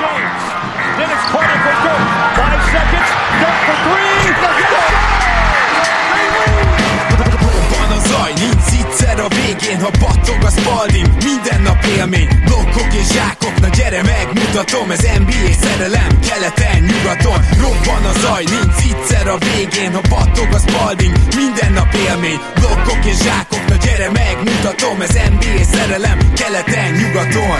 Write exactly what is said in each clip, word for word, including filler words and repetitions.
James. Dennis Carter for Dirk. Five seconds. Dirk for three. Let's go! Van a zaj, nincs egyszer a végén, ha battog a Spalding. Minden nap élmény, blokkok és zsákok. Na gyere megmutatom, ez en bé á szerelem, keleten, nyugaton. Robban a zaj, nincs egyszer a végén, ha battog a Spalding. Minden nap élmény, blokkok és zsákok. Na gyere megmutatom, ez en bé á szerelem, keleten, nyugaton.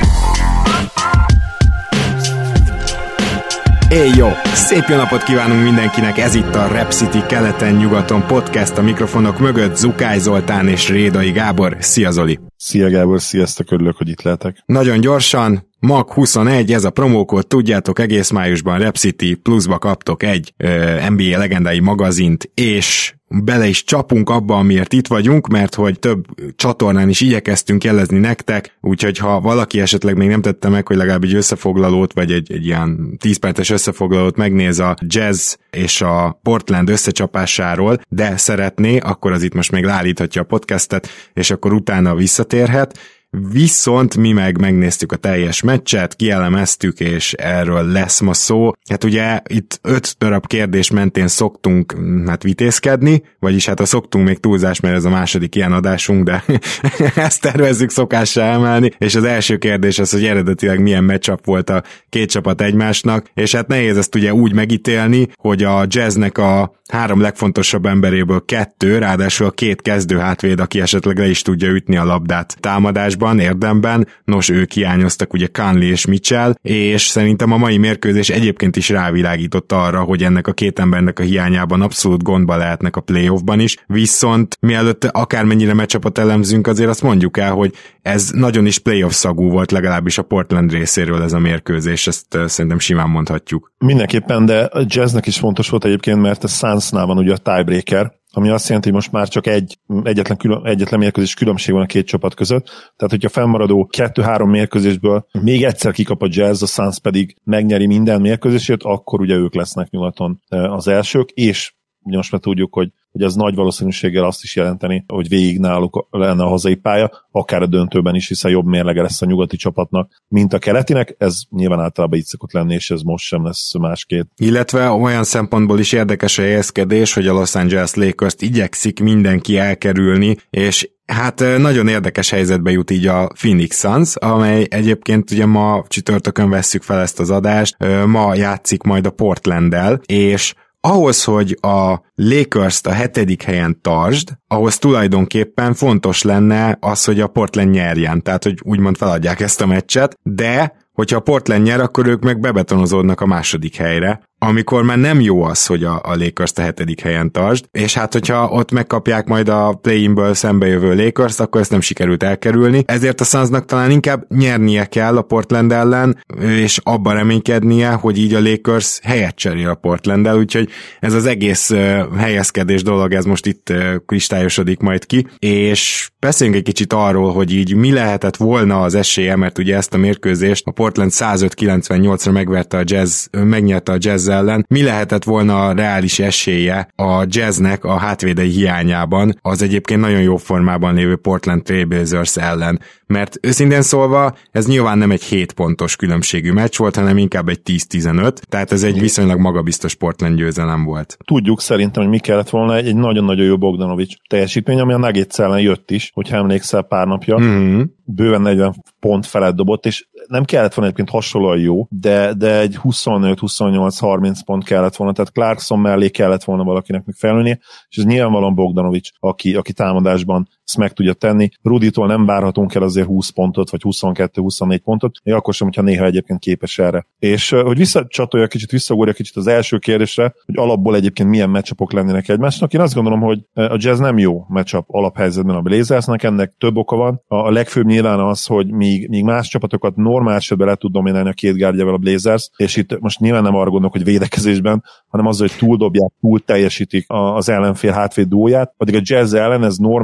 Éj jó! Szép jó napot kívánunk mindenkinek, ez itt a Rep City keleten-nyugaton podcast, a mikrofonok mögött Zukály Zoltán és Rédai Gábor. Szia Zoli! Szia Gábor, sziasztok, örülök, hogy itt lehetek. Nagyon gyorsan, mag huszonegy, ez a promókód, tudjátok, egész májusban Rep City pluszba kaptok egy ö, en bé á legendái magazint, és bele is csapunk abba, amiért itt vagyunk, mert hogy több csatornán is igyekeztünk jelezni nektek, úgyhogy ha valaki esetleg még nem tette meg, hogy legalább egy összefoglalót, vagy egy, egy ilyen tíz perces összefoglalót megnéz a Jazz és a Portland összecsapásáról, de szeretné, akkor az itt most még leállíthatja a podcastet, és akkor utána visszatérhet. Viszont mi meg megnéztük a teljes meccset, kielemeztük, és erről lesz ma szó. Hát ugye itt öt darab kérdés mentén szoktunk hát vitézkedni, vagyis hát a szoktunk még túlzás, mert ez a második ilyen adásunk, de ezt tervezzük szokássá emelni, és az első kérdés az, hogy eredetileg milyen matchup volt a két csapat egymásnak, és hát nehéz ezt ugye úgy megítélni, hogy a Jazznek a három legfontosabb emberéből kettő, ráadásul a két kezdő hátvéd, aki esetleg le is tudja ütni a labdát támadásban, érdemben, nos ők hiányoztak, ugye Conley és Mitchell, és szerintem a mai mérkőzés egyébként is rávilágított arra, hogy ennek a két embernek a hiányában abszolút gondba lehetnek a playoffban is, viszont mielőtt akármennyire meccsapot elemzünk, azért azt mondjuk el, hogy ez nagyon is playoff szagú volt, legalábbis a Portland részéről ez a mérkőzés, ezt szerintem simán mondhatjuk. Mindenképpen, de a Jazznek is fontos volt egyébként, mert a Sunsnál van ugye a tiebreaker, ami azt jelenti, hogy most már csak egy egyetlen, külön, egyetlen mérkőzés különbség van a két csapat között. Tehát, hogyha fennmaradó kettő-három mérkőzésből még egyszer kikap a Jazz, a Suns pedig megnyeri minden mérkőzését, akkor ugye ők lesznek nyugaton az elsők, és most már tudjuk, hogy, hogy az nagy valószínűséggel azt is jelenteni, hogy végig náluk lenne a hazai pálya, akár a döntőben is, hiszen jobb mérlege lesz a nyugati csapatnak, mint a keletinek, ez nyilván általában így szokott lenni, és ez most sem lesz másképp. Illetve olyan szempontból is érdekes a helyezkedés, hogy a Los Angeles Lakers-t igyekszik mindenki elkerülni, és hát nagyon érdekes helyzetbe jut így a Phoenix Suns, amely egyébként ugye ma csütörtökön vesszük fel ezt az adást, ma játszik majd a Portlanddel, és ahhoz, hogy a Lakers-t a hetedik helyen tartsd, ahhoz tulajdonképpen fontos lenne az, hogy a Portland nyerjen, tehát hogy úgymond feladják ezt a meccset, de hogyha a Portland nyer, akkor ők meg bebetonozódnak a második helyre, amikor már nem jó az, hogy a, a Lakers-t a hetedik helyen tartsd, és hát hogyha ott megkapják majd a play-inből szembejövő Lakers-t, akkor ezt nem sikerült elkerülni, ezért a Sunsnak talán inkább nyernie kell a Portland ellen, és abban reménykednie, hogy így a Lakers helyet cserél a Portlanddel, úgyhogy ez az egész uh, helyezkedés dolog, ez most itt uh, kristályosodik majd ki, és beszéljünk egy kicsit arról, hogy így mi lehetett volna az esélye, mert ugye ezt a mérkőzést a Portland százöt kilencvennyolcra megverte a Jazz, megnyerte a Jazz ellen. Mi lehetett volna a reális esélye a Jazznek a hátvédei hiányában az egyébként nagyon jó formában lévő Portland Trail Blazers ellen? Mert őszintén szólva ez nyilván nem egy hét pontos különbségű meccs volt, hanem inkább egy tíz-tizenöt, tehát ez egy viszonylag magabiztos Portland győzelem volt. Tudjuk szerintem, hogy mi kellett volna egy, egy nagyon-nagyon jó Bogdanovics teljesítmény, ami a Nuggets ellen jött is, hogyha emlékszel pár napja. Mm-hmm. Bőven negyven pont felett dobott, és nem kellett volna egyébként hasonlóan jó, de, de egy huszonöt huszonnyolc harminc pont kellett volna, tehát Clarkson mellé kellett volna valakinek meg felülnie, és ez nyilvánvalóan Bogdanovics, aki, aki támadásban ezt meg tudja tenni. Ruditól nem várhatunk el azért húsz pontot, vagy huszonkettő huszonnégy pontot, még akkor sem, hogyha néha egyébként képes erre. És hogy visszacsatolja kicsit, visszagúrja kicsit az első kérdésre, hogy alapból egyébként milyen matchupok lennének egymásnak. Én azt gondolom, hogy a Jazz nem jó matchup alaphelyzetben a Blazersnek, ennek több oka van. A legfőbb nyilván az, hogy míg, míg más csapatokat normál esetben le tud dominálni a két gárdjával a Blazers, és itt most nyilván nem arra gondolok, hogy védekezésben, hanem az, hogy túldobják, túl teljesítik az ellenfél hátvéd dúóját, addig a Jazz ellen ez normál esetben nem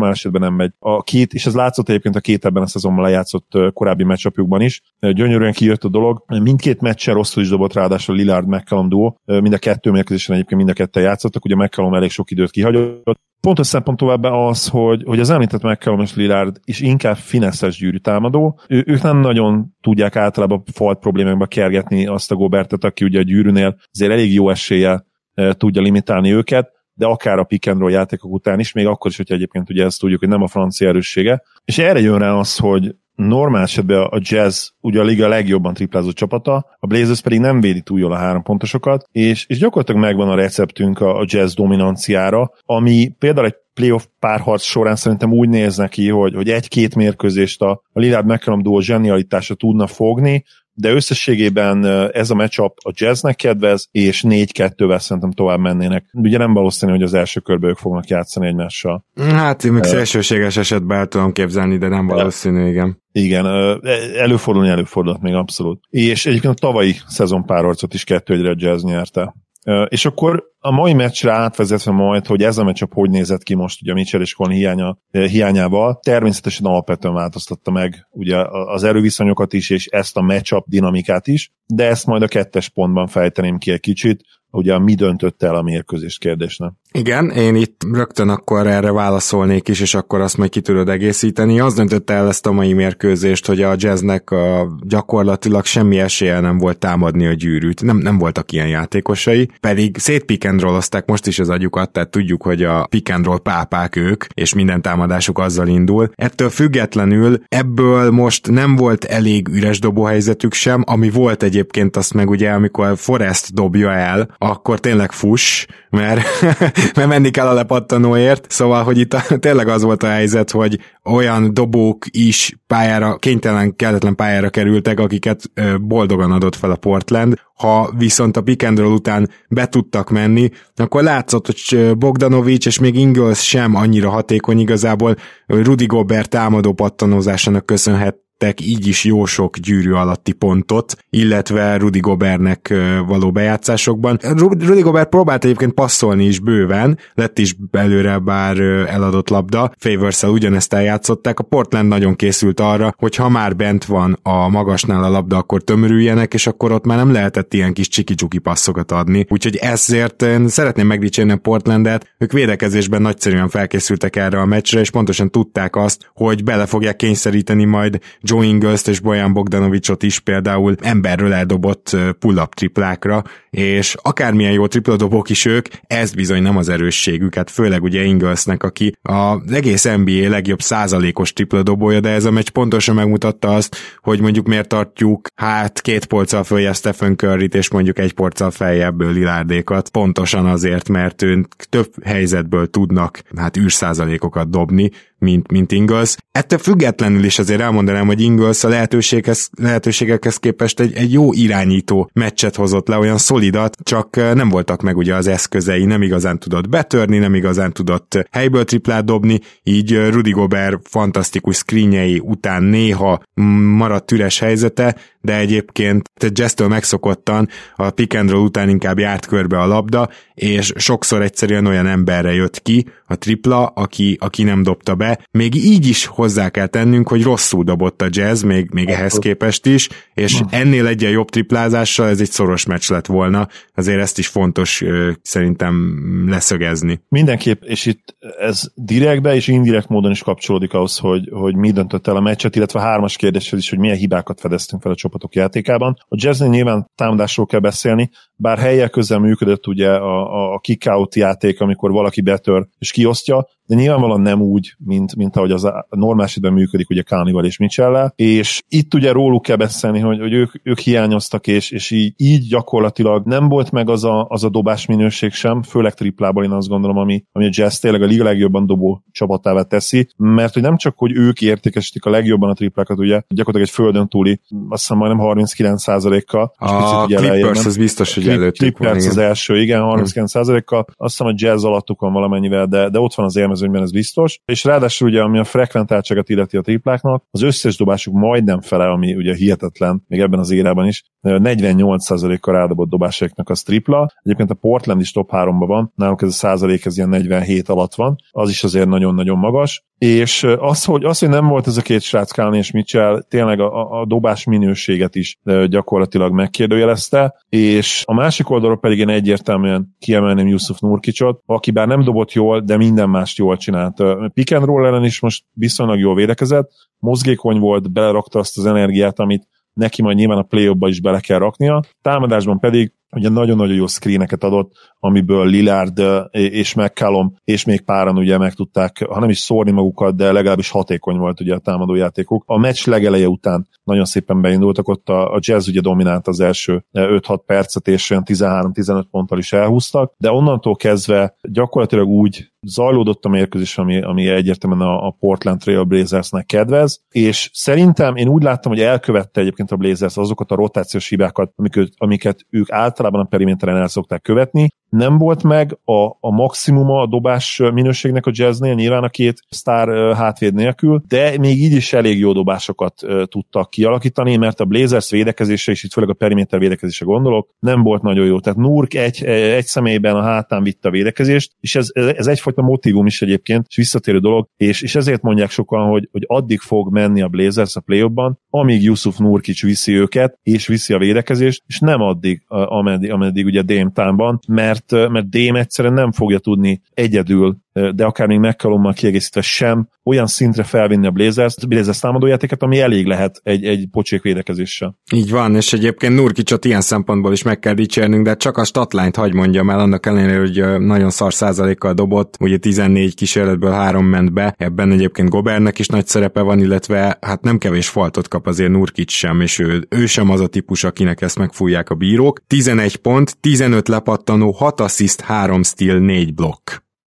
nem megy. A két, és ez látszott egyébként a két ebben a szezonban lejátszott korábbi meccsapjukban is. Gyönyörűen kijött a dolog. Mindkét meccsen rosszul is dobott, ráadásul Lillard McCallum duó. Mind a kettő mérkőzésen egyébként mind a ketten játszottak, ugye McCallum elég sok időt kihagyott. Pontos szempont továbbá az, hogy, hogy az említett McCallum és Lillard is inkább fineszes gyűrű támadó. Ő, ők nem nagyon tudják általában falt problémákba kergetni azt a Gobertet, aki ugye a gyűrűnél azért elég jó eséllyel e, tudja limitálni őket, de akár a pick and roll játékok után is, még akkor is, hogyha egyébként ugye ezt tudjuk, hogy nem a francia erőssége. És erre jön rá az, hogy normál esetben a Jazz ugye a liga legjobban triplázó csapata, a Blazers pedig nem védi túl jól a három pontosokat, és, és gyakorlatilag megvan a receptünk a, a Jazz dominanciára, ami például egy playoff párharc során szerintem úgy néz neki, hogy, hogy egy-két mérkőzést a, a Lillard McCallum duó zsenialitása tudna fogni, de összességében ez a matchup a Jazznek kedvez, és négy kettővel szerintem tovább mennének. Ugye nem valószínű, hogy az első körben ők fognak játszani egymással. Hát én még szélsőséges esetben el tudom képzelni, de nem valószínű, igen. Igen, előfordulni előfordult még abszolút. És egyébként a tavalyi szezon párharcot is kettő egyre a Jazz nyerte. És akkor a mai meccsre átvezetve majd, hogy ez a matchup hogy nézett ki most ugye Mitchell és Conley hiánya, hiányával, természetesen alapvetően változtatta meg ugye az erőviszonyokat is, és ezt a matchup dinamikát is, de ezt majd a kettes pontban fejteném ki egy kicsit, ugye mi döntött el a mérkőzés kérdésnek. Igen, én itt rögtön akkor erre válaszolnék is, és akkor azt majd ki tudod egészíteni. Az döntötte el ezt a mai mérkőzést, hogy a Jazznek a gyakorlatilag semmi esélye nem volt támadni a gyűrűt. Nem, nem voltak ilyen játékosai, pedig szét pick and rollozták most is az agyukat, tehát tudjuk, hogy a pick and roll pápák ők, és minden támadásuk azzal indul. Ettől függetlenül ebből most nem volt elég üres dobóhelyzetük sem, ami volt egyébként azt meg ugye, amikor Forrest dobja el, akkor tényleg fuss, mert, mert menni kell a lepattanóért, szóval, hogy itt a, tényleg az volt a helyzet, hogy olyan dobók is pályára, kénytelen, kelletlen pályára kerültek, akiket boldogan adott fel a Portland. Ha viszont a pick and roll után be tudtak menni, akkor látszott, hogy Bogdanovics és még Ingles sem annyira hatékony igazából, Rudy Gobert támadó pattanózásának köszönhet így is jó sok gyűrű alatti pontot, illetve Rudy Gobertnek való bejátszásokban. Rudy Gobert próbált egyébként passzolni is bőven, lett is belőle bár eladott labda, Favors-szel ugyanezt eljátszották, a Portland nagyon készült arra, hogy ha már bent van a magasnál a labda, akkor tömörüljenek, és akkor ott már nem lehetett ilyen kis csiki-csuki passzokat adni. Úgyhogy ezért szeretném megdicsérni a Portlandet, ők védekezésben nagyszerűen felkészültek erre a meccsre, és pontosan tudták azt, hogy bele fogják kényszeríteni majd Joe Ingles-t és Bojan Bogdanovicsot is például emberről eldobott pull-up triplákra, és akármilyen jó tripladobók is ők, ez bizony nem az erősségük, hát főleg ugye Inglesnek, aki az egész en bé á legjobb százalékos tripladobója, de ez a meccs pontosan megmutatta azt, hogy mondjuk miért tartjuk hát két polccal följebb Stephen Curryt, és mondjuk egy polccal feljebb Lillardékat, pontosan azért, mert ők több helyzetből tudnak hát űrszázalékokat dobni, mint, mint Ingles. Ettől függetlenül is azért elmondanám, hogy Ingles a lehetőséghez, lehetőségekhez képest egy, egy jó irányító meccset hozott le, olyan szolidat, csak nem voltak meg ugye az eszközei, nem igazán tudott betörni, nem igazán tudott helyből triplát dobni, így Rudy Gobert fantasztikus screenjei után néha maradt üres helyzete, de egyébként Jazz-től megszokottan a pick and roll után inkább járt körbe a labda, és sokszor egyszerűen olyan emberre jött ki a tripla, aki, aki nem dobta be. Még így is hozzá kell tennünk, hogy rosszul dobott a Jazz, még, még ehhez képest is, és ennél egyen jobb triplázással ez egy szoros meccs lett volna. Azért ezt is fontos szerintem leszögezni. Mindenképp, és itt ez direktbe és indirekt módon is kapcsolódik ahhoz, hogy, hogy mi döntött el a meccset, illetve a hármas kérdéshez is, hogy milyen hibákat fedeztünk fel a csapatok játékában. A Jazznél nyilván támadásról kell beszélni, bár helyek közel működött ugye a, a kick-out játék, amikor valaki betör és kiosztja, de nyilvánvalóan nem úgy, mint, mint ahogy az a normál esetben működik ugye Conley-val és Mitchell-lel, és itt ugye róluk kell beszélni, hogy, hogy ők, ők hiányoztak, és, és így, így gyakorlatilag nem volt meg az a, az a dobás minőség sem, főleg triplából én azt gondolom, ami, ami a Jazz tényleg a liga legjobban dobó csapatává teszi, mert hogy nem csak, hogy ők értékesítik a legjobban a triplákat, ugye gyakorlatilag egy földön túli, azt hiszem majdnem harminckilenc százalékkal. A Clippers az biztos, hogy előttük van. Clippers az első, igen, harminckilenc százalékkal, azt hiszem a Jazz alattuk van valamennyivel, de, de ott van az élmezőnyben, ez biztos. És ráadásul ugye, ami a frekventáltságot illeti a tripláknak, az összes dobásuk majdnem fele, ami ugye hihetetlen, még ebben az érában is, negyvennyolc százalékkal rádobott dobásaiknak az tripla. Egyébként a Portland is top háromban van, náluk ez a százalék ez ilyen negyvenhét alatt van, az is azért nagyon-nagyon magas, és az, hogy, az, hogy nem volt ez a két srác, Kálni és Mitchell, tényleg a, a dobás minőséget is gyakorlatilag megkérdőjelezte, és a másik oldalról pedig én egyértelműen kiemelném Jusuf Nurkićot, aki bár nem dobott jól, de minden mást jól csinált. Pick and roll ellen is most viszonylag jól védekezett, mozgékony volt, belerakta azt az energiát, amit neki majd nyilván a play-offba is bele kell raknia, támadásban pedig ugye nagyon-nagyon jó screeneket adott, amiből Lillard és McCallum és még páran ugye meg tudták, ha nem is szórni magukat, de legalábbis hatékony volt ugye a támadójátékuk. A meccs legeleje után nagyon szépen beindultak, ott a, a Jazz ugye dominált az első öt-hat percet, és olyan tizenhárom-tizenöt ponttal is elhúztak, de onnantól kezdve gyakorlatilag úgy zajlódott a mérkőzés, ami, ami egyértelműen a, a Portland Trail Blazersnek kedvez, és szerintem én úgy láttam, hogy elkövette egyébként a Blazers azokat a rotációs hibákat, amiket, amiket ők általában a periméteren el szokták követni. Nem volt meg a, a maximuma a dobás minőségnek a Jazznél, nyilván a két sztár hátvéd nélkül, de még így is elég jó dobásokat tudtak kialakítani, mert a Blazers védekezése, és itt főleg a periméter védekezése gondolok, nem volt nagyon jó. Tehát Nurk egy, egy személyben a hátán vitte a védekezést, és ez, ez egyfajta motívum is egyébként, és visszatérő dolog, és, és ezért mondják sokan, hogy, hogy addig fog menni a Blazers a play-offban, amíg Jusuf Nurkić viszi őket, és viszi a védekezést, és nem addig, ameddig, ameddig ugye Dame Time-ban, mert mert Dame egyszerűen nem fogja tudni egyedül, de akár még McCallummal kiegészítve sem olyan szintre felvinni a Blazers, a Blazers támadójátéket, ami elég lehet egy, egy pocsék védekezéssel. Így van, és egyébként Nurkićot ilyen szempontból is meg kell dicsérnünk, de csak a statline-t hagy mondjam el, annak ellenére, hogy nagyon szar százalékkal dobott, ugye tizennégy kísérletből három ment be, ebben egyébként Gobertnek is nagy szerepe van, illetve hát nem kevés faltot kap azért Nurkić sem, és ő, ő sem az a típus, akinek ezt megfújják a bírók. tizenegy pont, tizenöt lepattanó, hat assziszt, három steal, négy blokk.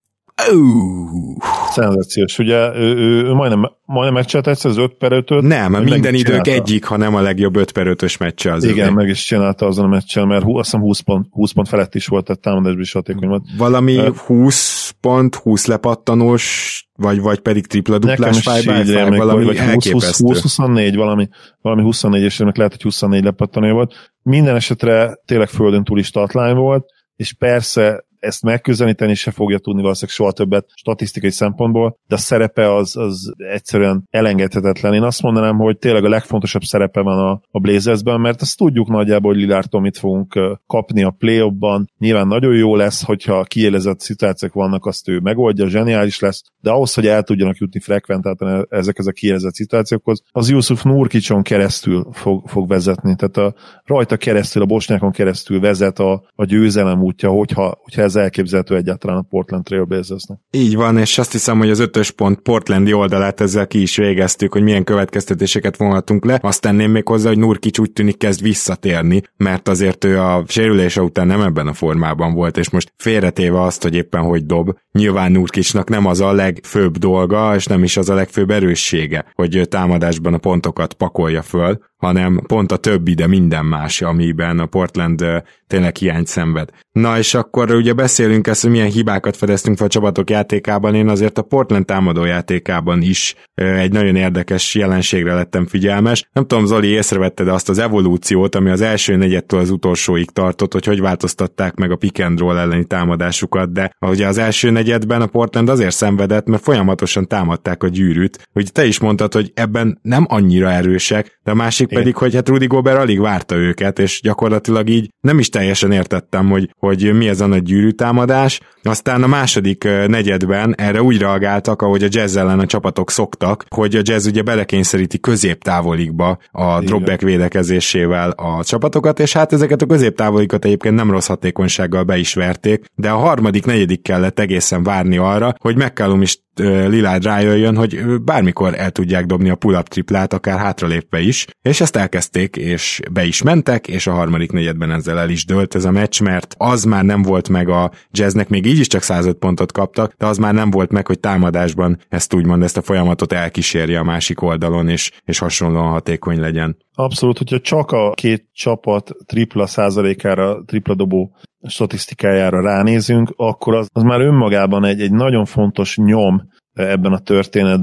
Uh. Szenzációs, ugye ő, ő, ő majdnem, majdnem megcsinált egyszer az öt per ötöt. Nem, minden idők egyik, ha nem a legjobb öt per ötös meccse az. Igen, övé. Meg is csinálta azon a meccsel, mert azt hiszem húsz pont, húsz pont felett is volt, tehát támadásban is hatékony volt. Valami uh, húsz pont, húsz lepattanós, vagy, vagy pedig tripla duplás five by five, valami vagy elképesztő. húsz huszonnégy, valami, valami huszonnégy, és ennek lehet, hogy huszonnégy lepattanó volt. Minden esetre tényleg földön túli statline volt, és persze ezt megközelíteni se fogja tudni valószínűleg soha többet statisztikai szempontból, de a szerepe az, az egyszerűen elengedhetetlen. Én azt mondanám, hogy tényleg a legfontosabb szerepe van a, a Blazersben, mert azt tudjuk nagyjából, hogy Lillardtól mit fogunk kapni a play-offban. Nyilván nagyon jó lesz, hogyha kiélezett szituációk vannak, azt ő megoldja, zseniális lesz, de ahhoz, hogy el tudjanak jutni frekventáltan ezekhez a kiélezett szituációkhoz, az Jusuf Nurkićon keresztül fog, fog vezetni. Tehát a, rajta keresztül, a bosnyákon keresztül vezet a, a győzelem útja, hogyha, hogyha ez elképzelhető egyáltalán a Portland Trail Blazersnek. Így van, és azt hiszem, hogy az ötös pont portlandi oldalát ezzel ki is végeztük, hogy milyen következtetéseket vonhatunk le. Azt tenném még hozzá, hogy Nurkić úgy tűnik kezd visszatérni, mert azért ő a sérülése után nem ebben a formában volt, és most félretéve azt, hogy éppen hogy dob, nyilván Nurkićnak nem az a legfőbb dolga, és nem is az a legfőbb erőssége, hogy támadásban a pontokat pakolja föl, hanem pont a többi, de minden más, amiben a Portland tényleg hiányt szenved. Na és akkor ugye beszélünk ezt, hogy milyen hibákat fedeztünk fel a csapatok játékában, én azért a Portland támadó játékában is egy nagyon érdekes jelenségre lettem figyelmes. Nem tudom, Zoli, észrevetted azt az evolúciót, ami az első negyedtől az utolsóig tartott, hogy hogy változtatták meg a pick and roll elleni támadásukat, de ugye az első negyedben a Portland azért szenvedett, mert folyamatosan támadták a gyűrűt. Ugye te is mondtad, hogy ebben nem annyira erősek, de a másik igen. pedig, hogy hát Rudy Gobert alig várta őket, és gyakorlatilag így nem is teljesen értettem, hogy, hogy mi ez a nagy gyűrűtámadás. Aztán a második negyedben erre úgy reagáltak, ahogy a Jazz ellen a csapatok szoktak, hogy a Jazz ugye belekényszeríti középtávolikba a dropback védekezésével a csapatokat, és hát ezeket a középtávolikat egyébként nem rossz hatékonysággal be is verték, de a harmadik, negyedik kellett egészen várni arra, hogy McCallum is Lillard rájöjjön, hogy bármikor el tudják dobni a pull-up triplát, akár hátralépve is, és ezt elkezdték, és be is mentek, és a harmadik negyedben ezzel el is dőlt ez a meccs, mert az már nem volt meg a Jazznek, még így is csak százöt pontot kaptak, de az már nem volt meg, hogy támadásban ezt úgymond, ezt a folyamatot elkísérje a másik oldalon, és, és hasonlóan hatékony legyen. Abszolút, hogyha csak a két csapat tripla százalékára, tripla dobó statisztikájára ránézünk, akkor az, az már önmagában egy, egy nagyon fontos nyom ebben a történetben,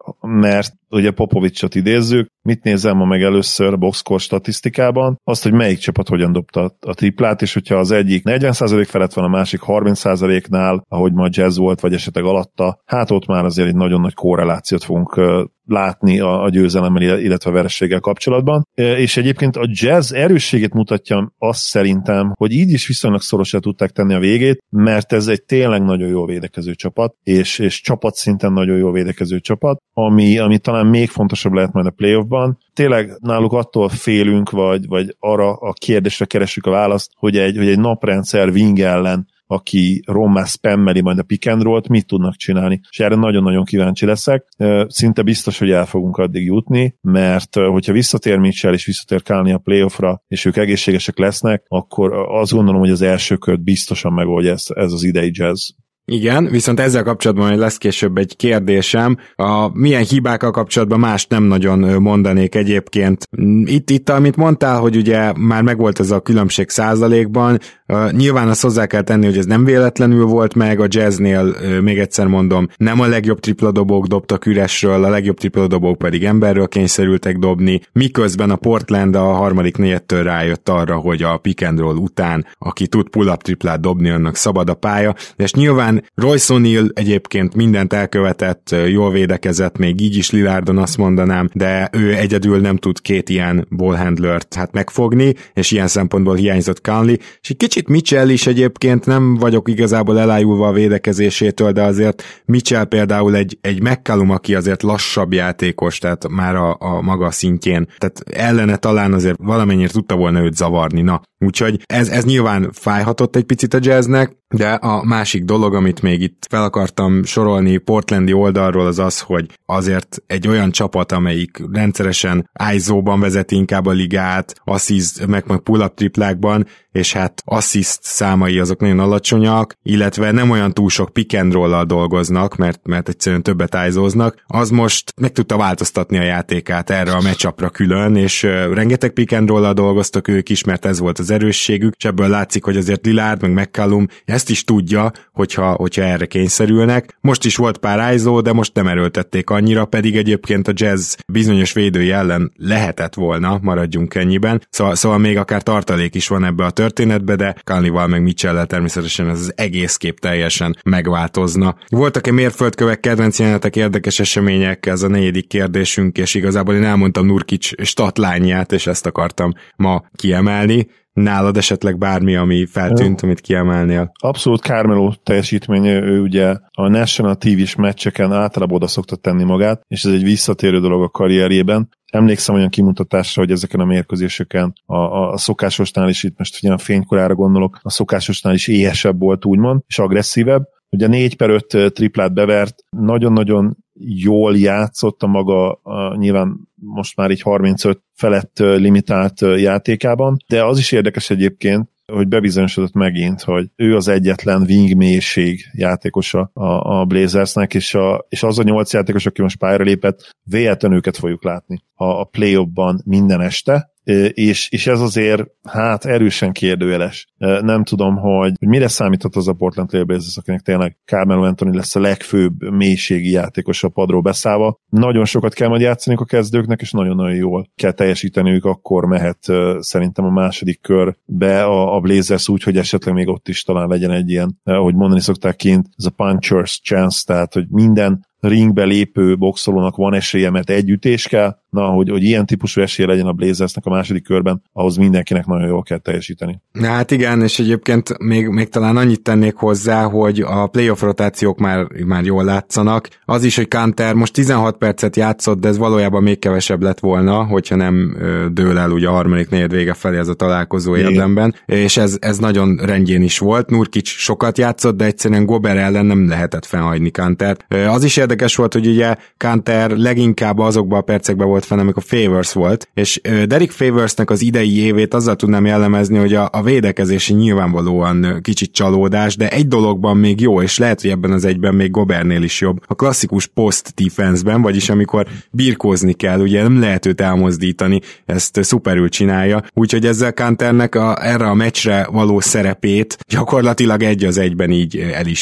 mert ugye Popovicsot idézzük, mit nézem ma meg először a boxscore statisztikában? Azt, hogy melyik csapat hogyan dobta a triplát, és hogyha az egyik negyven százalék felett van, a másik harminc százaléknál, ahogy ma Jazz volt, vagy esetleg alatta, hát ott már azért egy nagyon nagy korrelációt fogunk látni a, a győzelemmel, illetve a verességgel kapcsolatban. És egyébként a Jazz erősségét mutatja azt szerintem, hogy így is viszonylag szorosra tudták tenni a végét, mert ez egy tényleg nagyon jól védekező csapat, és, és csapatszinten nagyon jól védekező csapat, ami, ami talán még fontosabb lehet majd a playoffban. Tényleg náluk attól félünk, vagy, vagy arra a kérdésre keresünk a választ, hogy egy, hogy egy naprendszer wing ellen, aki rommá spammeli majd a pick and roll-t, mit tudnak csinálni. És erre nagyon-nagyon kíváncsi leszek. Szinte biztos, hogy el fogunk addig jutni, mert hogyha visszatér Mitchell és visszatér Conley a playoffra, és ők egészségesek lesznek, akkor azt gondolom, hogy az első kört biztosan megoldja ez, ez az idei Jazz. Igen, viszont ezzel kapcsolatban lesz később egy kérdésem. A milyen hibákkal kapcsolatban más nem nagyon mondanék egyébként. Itt, itt amit mondtál, hogy ugye már megvolt ez a különbség százalékban, uh, nyilván azt hozzá kell tenni, hogy ez nem véletlenül volt meg, a Jazznél, uh, még egyszer mondom, nem a legjobb tripladobók dobtak üresről, a legjobb tripladobók pedig emberről kényszerültek dobni, miközben a Portland a harmadik negyedtől rájött arra, hogy a pick and roll után, aki tud pull-up triplát dobni, annak szabad a pálya, és nyilván Royce O'Neal egyébként mindent elkövetett, jól védekezett, még így is Lillardon azt mondanám, de ő egyedül nem tud két ilyen ballhandlert hát megfogni, és ilyen szempontból hiányzott Conley, és egy kicsit Mitchell is egyébként, nem vagyok igazából elájulva a védekezésétől, de azért Mitchell például egy, egy McCallum, aki azért lassabb játékos, tehát már a, a maga szintjén, tehát ellene talán azért valamennyire tudta volna őt zavarni, na. Úgyhogy ez, ez nyilván fájhatott egy picit a Jazznek, de a másik dolog, amit még itt fel akartam sorolni portlandi oldalról, az az, hogy azért egy olyan csapat, amelyik rendszeresen i es o-ban vezeti inkább a ligát, assziszt, meg, meg pull-up triplákban, és hát assziszt számai azok nagyon alacsonyak, illetve nem olyan túl sok pick and roll-al dolgoznak, mert, mert egyszerűen többet i es o-znak, az most meg tudta változtatni a játékát erre a matchupra külön, és uh, rengeteg pick and roll-al dolgoztak ők is, mert ez volt az erősségük, és ebből látszik, hogy azért Lillard, meg McCallum ezt is tudja, hogyha, hogyha erre kényszerülnek. Most is volt pár i es o, de most nem erőltették annyira, pedig egyébként a Jazz bizonyos védői ellen lehetett volna, maradjunk ennyiben, szóval, szóval még akár tartalék is van ebbe a történetbe, de Conleyval meg Mitchell-lel természetesen ez az egész kép teljesen megváltozna. Voltak-e mérföldkövek, kedvenc jelenetek, érdekes események? Ez a negyedik kérdésünk, és igazából én elmondtam Nurkic statlányját, és ezt akartam ma kiemelni. Nálad esetleg bármi, ami feltűnt, amit kiemelnél? Abszolút Carmelo teljesítménye, ő ugye a National té vés meccseken általában oda szokta tenni magát, és ez egy visszatérő dolog a karrierjében. Emlékszem olyan kimutatásra, hogy ezeken a mérkőzéseken a, a, a szokásosnál is, itt most ugyan fénykorára gondolok, a szokásosnál is éhesebb volt úgymond, és agresszívebb. Ugye négy per öt triplát bevert, nagyon-nagyon jól játszott a maga, a, nyilván most már így harmincöt felett limitált játékában, de az is érdekes egyébként, hogy bebizonyosodott megint, hogy ő az egyetlen wing mélység játékosa a, a Blazersnek, és, a, és az a nyolc játékos, aki most pályára lépett, véletlenül őket fogjuk látni a, a play-offban minden este, és, és ez azért hát erősen kérdőjeles. Nem tudom, hogy, hogy mire számíthat az a Portland Trail Blazers, akinek tényleg Carmelo Anthony lesz a legfőbb mélységi játékos a padról beszállva. Nagyon sokat kell majd játszani a kezdőknek, és nagyon-nagyon jól kell teljesíteniük, akkor mehet szerintem a második körbe a, a Blazers úgy, hogy esetleg még ott is talán legyen egy ilyen, ahogy mondani szokták kint, ez a puncher's chance, tehát hogy minden ringbe lépő boxolónak van esélye, mert egy ütés kell, na, hogy, hogy ilyen típusú esélye legyen a Blazersnek a második körben, ahhoz mindenkinek nagyon jól kell teljesíteni. Na hát igen, és egyébként még, még talán annyit tennék hozzá, hogy a playoff rotációk már, már jól látszanak. Az is, hogy Kanter most tizenhat percet játszott, de ez valójában még kevesebb lett volna, hogyha nem dől el ugye a harmadik negyed vége felé ez a találkozó érdemben, és ez, ez nagyon rendjén is volt. Nurkic sokat játszott, de egyszerűen Gobert ellen nem lehetett fennhagyni Kantert. Az is érdekes volt, hogy ugye Kanter leginkább azokban a percekben volt fenn, amikor Favors volt, és Derek Favorsnek az idei évét azzal tudnám jellemezni, hogy a, a védekezési nyilvánvalóan kicsit csalódás, de egy dologban még jó, és lehet, hogy ebben az egyben még Gobertnél is jobb. A klasszikus post defense-ben, vagyis amikor birkózni kell, ugye nem lehet őt elmozdítani, ezt szuperül csinálja, úgyhogy ezzel Kanternek a, erre a meccsre való szerepét gyakorlatilag egy az egyben így el is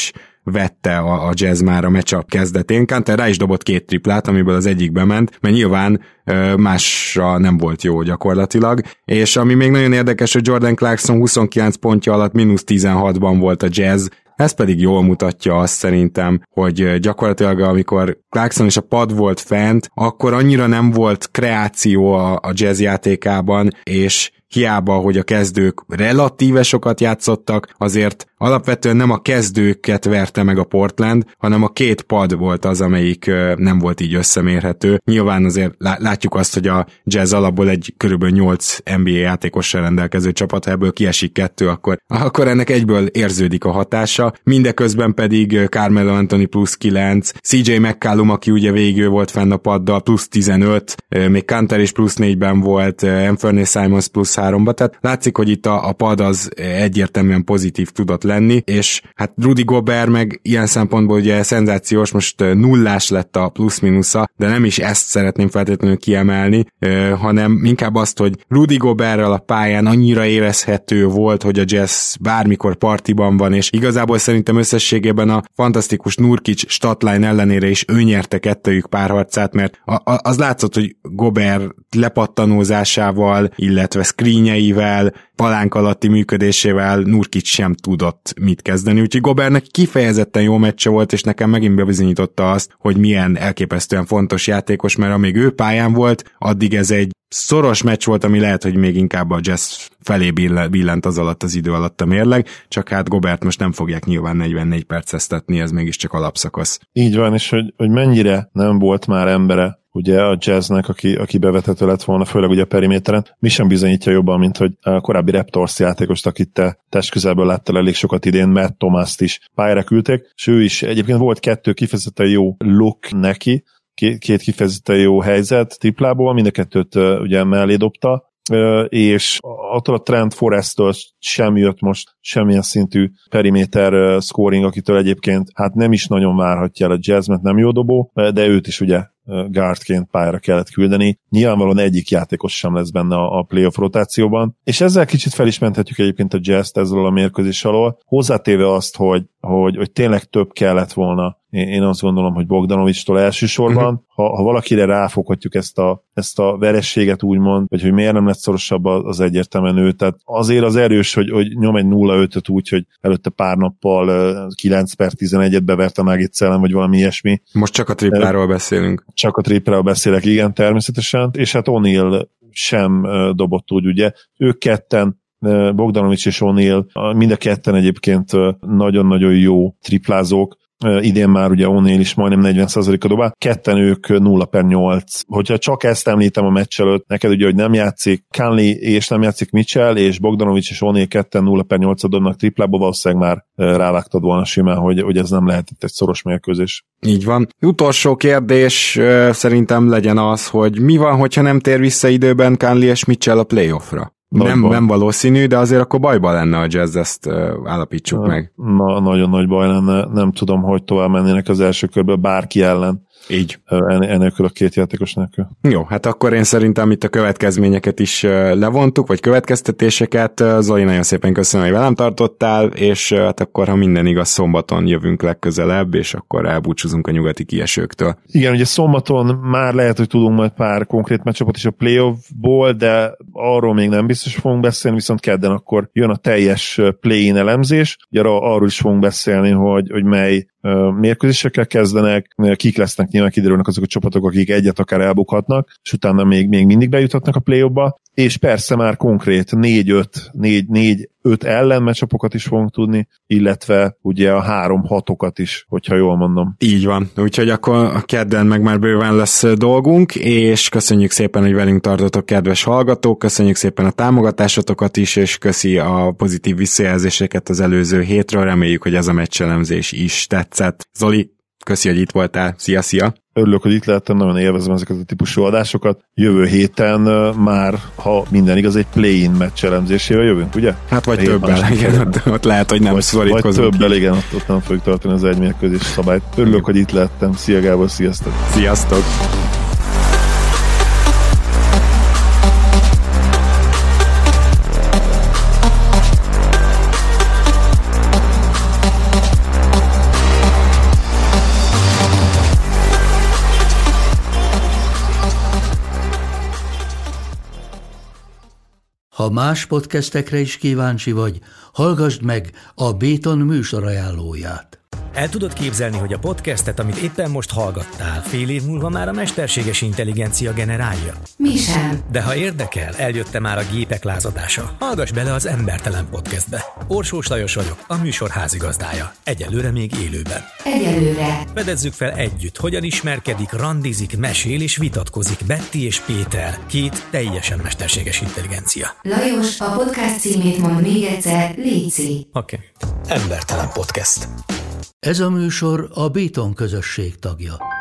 vette a, a Jazz már a matchup kezdetén. Kanter rá is dobott két triplát, amiből az egyik bement, mert nyilván másra nem volt jó gyakorlatilag, és ami még nagyon érdekes, hogy Jordan Clarkson huszonkilenc pontja alatt mínusz tizenhatban volt a Jazz, ez pedig jól mutatja azt szerintem, hogy gyakorlatilag amikor Clarkson és a pad volt fent, akkor annyira nem volt kreáció a, a Jazz játékában, és hiába, hogy a kezdők relatíve sokat játszottak, azért alapvetően nem a kezdőket verte meg a Portland, hanem a két pad volt az, amelyik nem volt így összemérhető. Nyilván azért látjuk azt, hogy a Jazz alapból egy körülbelül nyolc en bé á játékossal rendelkező csapat, ha ebből kiesik kettő, akkor, akkor ennek egyből érződik a hatása. Mindeközben pedig Carmelo Anthony plusz kilenc, cé jé McCallum, aki ugye végül volt fenn a paddal, plusz tizenöt, még Kanter is plusz négyben volt, Anthony Simons plusz háromba, tehát látszik, hogy itt a, a pad az egyértelműen pozitív tudott lenni, és hát Rudy Gobert meg ilyen szempontból ugye szenzációs, most nullás lett a plusz-minusza, de nem is ezt szeretném feltétlenül kiemelni, hanem inkább azt, hogy Rudy Goberttel a pályán annyira érezhető volt, hogy a Jazz bármikor partiban van, és igazából szerintem összességében a fantasztikus Nurkic statline ellenére is ő nyerte kettőjük párharcát, mert az látszott, hogy Gobert lepattanózásával, illetve screenjeivel, palánk alatti működésével Nurkic sem tudott mit kezdeni, úgyhogy Gobertnek kifejezetten jó meccse volt, és nekem megint bebizonyította azt, hogy milyen elképesztően fontos játékos, mert amíg ő pályán volt, addig ez egy szoros meccs volt, ami lehet, hogy még inkább a Jazz felé billent az alatt az idő alatt a mérleg, csak hát Gobert most nem fogják nyilván negyvennégy perceztetni, ez mégiscsak alapszakasz. Így van, és hogy, hogy mennyire nem volt már embere ugye a Jazznek, aki, aki bevethető lett volna, főleg ugye a periméteren, mi sem bizonyítja jobban, mint hogy a korábbi Raptors játékost, akit te testközelből láttál elég sokat idén, Matt Thomas-t is pályára küldték, és ő is egyébként volt kettő kifejezetten jó look neki, két kifejezetten jó helyzet triplából, mind a kettőt uh, ugye mellé dobta, uh, és attól a Trent Forrest-től sem jött most semmilyen szintű periméter uh, scoring, akitől egyébként hát nem is nagyon várhatja el a Jazz, mert nem jó dobó, de őt is ugye guardként pályára kellett küldeni. Nyilvánvalóan egyik játékos sem lesz benne a playoff rotációban, és ezzel kicsit fel is menthetjük egyébként a Jazz-t ezzel a mérkőzés alól, hozzátéve azt, hogy, hogy, hogy tényleg több kellett volna. Én azt gondolom, hogy Bogdanovicstól elsősorban, uh-huh. ha, ha valakire ráfoghatjuk ezt a, ezt a verességet úgymond, vagy hogy miért nem lett szorosabb, az egyértelműen ő. Tehát azért az erős, hogy, hogy nyom egy nulla ötöt úgy, hogy előtte pár nappal kilenc per tizenegyet beverte Nuggets ellen, vagy valami ilyesmi. Most csak a tripláról beszélünk. Csak a tripláról beszélek, igen, természetesen. És hát O'Neal sem dobott úgy, ugye. Ők ketten, Bogdanovic és O'Neal, mind a ketten egyébként nagyon-nagyon jó triplázók. Idén már ugye O'Neal is majdnem negyven százaléka dobál, ketten ők nulla per nyolc. Hogyha csak ezt említem a meccs előtt, neked ugye, hogy nem játszik Conley és nem játszik Mitchell, és Bogdanovic és O'Neal ketten nulla per nyolcat dobnak triplába, valószínűleg már rávágtad volna simán, hogy, hogy ez nem lehet itt egy szoros mérkőzés. Így van. Utolsó kérdés szerintem legyen az, hogy mi van, hogyha nem tér vissza időben Conley és Mitchell a playoffra? Nem, nem valószínű, de azért akkor bajba lenne a Jazz, ezt uh, állapítsuk na, meg. Na, nagyon nagy baj lenne. Nem tudom, hogy tovább mennének az első körből bárki ellen. Így. Ennélkül a két játékos nélkül. Jó, hát akkor én szerintem itt a következményeket is levontuk, vagy következtetéseket. Zoli, nagyon szépen köszönöm, hogy velem tartottál, és hát akkor, ha minden igaz, szombaton jövünk legközelebb, és akkor elbúcsúzunk a nyugati kiesőktől. Igen, ugye szombaton már lehet, hogy tudunk majd pár konkrét meccsapot is a playoffból, de arról még nem biztos fogunk beszélni, viszont kedden akkor jön a teljes play-in elemzés. Ugye arról is fogunk beszélni, hogy, hogy mely mérkőzésekkel kezdenek, kik lesznek, nyilván kiderülnek azok a csapatok, akik egyet akár elbukhatnak, és utána még, még mindig bejuthatnak a play-offba, és persze már konkrét négy-öt, négy-öt ellenmeccsapokat is fogunk tudni, illetve ugye a három-hatokat is, hogyha jól mondom. Így van, úgyhogy akkor a kedden meg már bőven lesz dolgunk, és köszönjük szépen, hogy velünk tartotok, kedves hallgatók, köszönjük szépen a támogatásotokat is, és köszi a pozitív visszajelzéseket az előző hétről, reméljük, hogy ez a meccselemzés is tetszett. Zoli, köszi, hogy itt voltál, szia-szia! Örülök, hogy itt lehettem, nagyon élvezem ezeket a típusú adásokat. Jövő héten már, ha minden igaz, egy play-in meccs elemzésével jövünk, ugye? Hát vagy többel, igen, ott, ott lehet, hogy nem vagy, szorítkozunk. Vagy többel, igen, ott, ott nem fogjuk tartani az egy mérkőzés szabályt. Örülök, hogy itt lehettem. Szia Gábor, sziasztok! Sziasztok! Ha más podcastekre is kíváncsi vagy, hallgassd meg a Béton műsor ajánlóját. El tudod képzelni, hogy a podcastet, amit éppen most hallgattál, fél év múlva már a mesterséges intelligencia generálja? Mi sem. De ha érdekel, eljött már a gépek lázadása. Hallgass bele az Embertelen Podcastbe. Orsós Lajos vagyok, a műsor házigazdája. Egyelőre még élőben. Egyelőre. Fedezzük fel együtt, hogyan ismerkedik, randizik, mesél és vitatkozik Betty és Péter, két teljesen mesterséges intelligencia. Lajos, a podcast címét mond még egyszer, léci. Oké. Okay. Embertelen Podcast. Ez a műsor a Béton közösség tagja.